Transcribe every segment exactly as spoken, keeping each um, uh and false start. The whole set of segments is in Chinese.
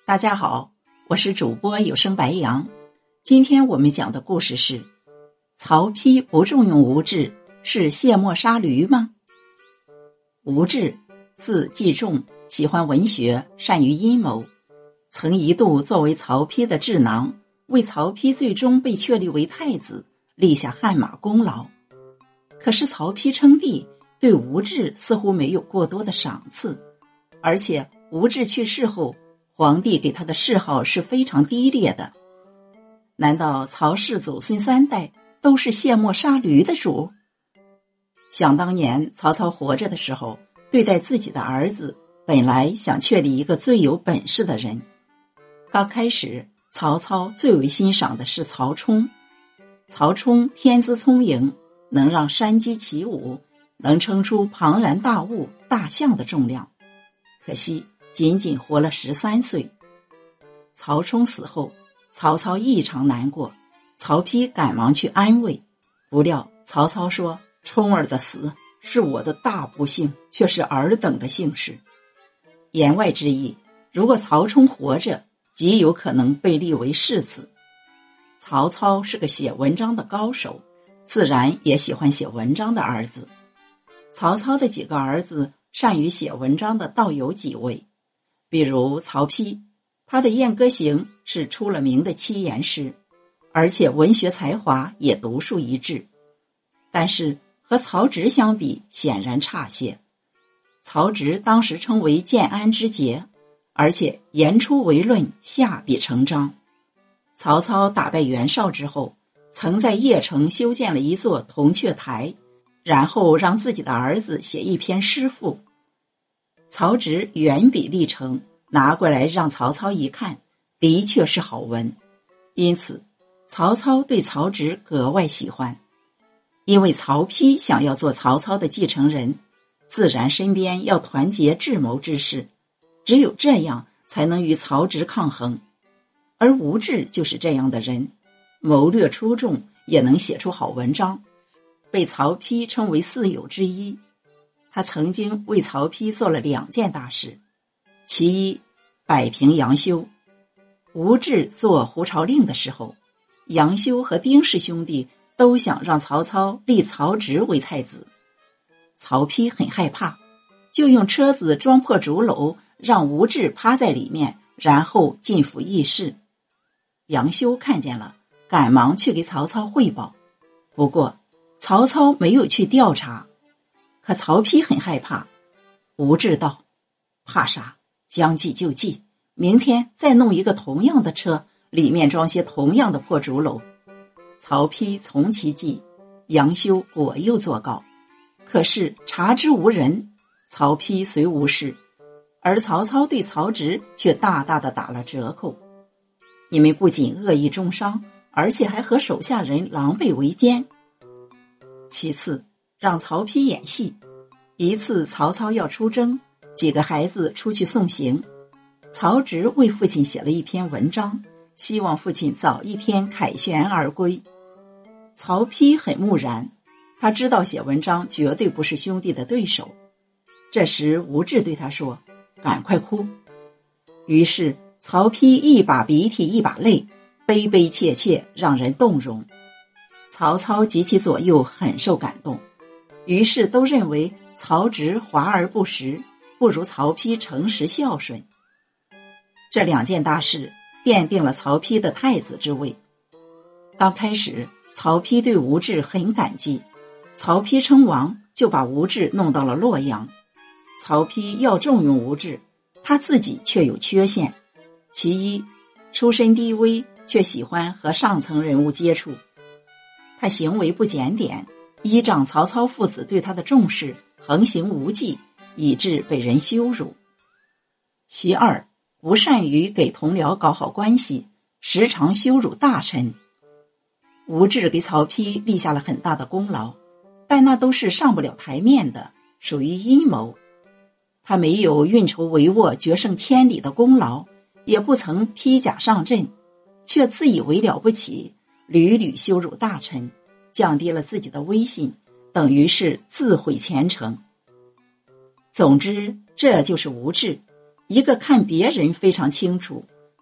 大家好，我是主播有声白杨。今天我们讲的故事是：曹丕不重用吴质，是卸磨杀驴吗？吴质，字季仲，喜欢文学，善于阴谋，曾一度作为曹丕的智囊，为曹丕最终被确立为太子立下汗马功劳。可是曹丕称帝，对吴质似乎没有过多的赏赐，而且吴质去世后，皇帝给他的谥号是非常低劣的。难道曹氏祖孙三代都是卸磨杀驴的主？想当年曹操活着的时候，对待自己的儿子，本来想确立一个最有本事的人。刚开始曹操最为欣赏的是曹冲。曹冲天资聪颖，能让山鸡起舞，能撑出庞然大物大象的重量。可惜仅仅活了十三岁。曹冲死后，曹操异常难过，曹丕赶忙去安慰，不料曹操说，冲儿的死是我的大不幸，却是尔等的幸事。言外之意，如果曹冲活着，极有可能被立为世子。曹操是个写文章的高手，自然也喜欢写文章的儿子。曹操的几个儿子善于写文章的倒有几位，比如曹丕，他的《燕歌行》是出了名的七言诗，而且文学才华也独树一帜。但是和曹植相比，显然差些。曹植当时称为建安之杰，而且言出为论，下笔成章。曹操打败袁绍之后，曾在邺城修建了一座铜雀台，然后让自己的儿子写一篇诗赋。曹植原笔立成，拿过来让曹操一看，的确是好文，因此曹操对曹植格外喜欢。因为曹丕想要做曹操的继承人，自然身边要团结智谋之士，只有这样才能与曹植抗衡。而吴质就是这样的人，谋略出众，也能写出好文章，被曹丕称为四友之一。他曾经为曹丕做了两件大事，其一，摆平杨修。吴质做胡朝令的时候，杨修和丁氏兄弟都想让曹操立曹植为太子。曹丕很害怕，就用车子装破竹篓，让吴质趴在里面，然后进府议事。杨修看见了，赶忙去给曹操汇报。不过曹操没有去调查，可曹丕很害怕。吴质道，怕啥，将计就计，明天再弄一个同样的车，里面装些同样的破竹篓。曹丕从其计，杨修果又作告，可是查之无人，曹丕虽无事，而曹操对曹植却大大的打了折扣。你们不仅恶意重伤，而且还和手下人狼狈为奸。其次，让曹丕演戏。一次曹操要出征，几个孩子出去送行，曹植为父亲写了一篇文章，希望父亲早一天凯旋而归。曹丕很木然，他知道写文章绝对不是兄弟的对手。这时吴质对他说，赶快哭。于是曹丕一把鼻涕一把泪，悲悲切切，让人动容。曹操及其左右很受感动，于是都认为曹植华而不实，不如曹丕诚实孝顺。这两件大事奠定了曹丕的太子之位。刚开始曹丕对吴质很感激，曹丕称王就把吴质弄到了洛阳。曹丕要重用吴质，他自己却有缺陷。其一，出身低微，却喜欢和上层人物接触。他行为不检点，依仗曹操父子对他的重视，横行无忌，以致被人羞辱。其二，不善于给同僚搞好关系，时常羞辱大臣。吴质给曹丕立下了很大的功劳，但那都是上不了台面的，属于阴谋。他没有运筹帷幄决胜千里的功劳，也不曾披甲上阵，却自以为了不起，屡屡羞辱大臣，降低了自己的威信，等于是自毁前程。总之，这就是吴质，一个看别人非常清楚，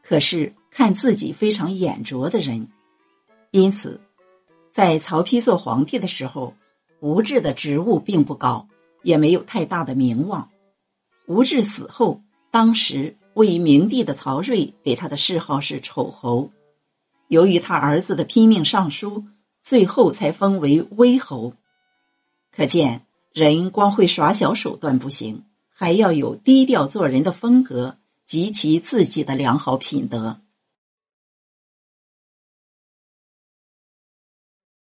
可是看自己非常眼拙的人。因此在曹丕做皇帝的时候，吴质的职务并不高，也没有太大的名望。吴质死后，当时为明帝的曹睿给他的谥号是丑侯，由于他儿子的拼命上书，最后才封为威侯。可见人光会耍小手段不行，还要有低调做人的风格及其自己的良好品德。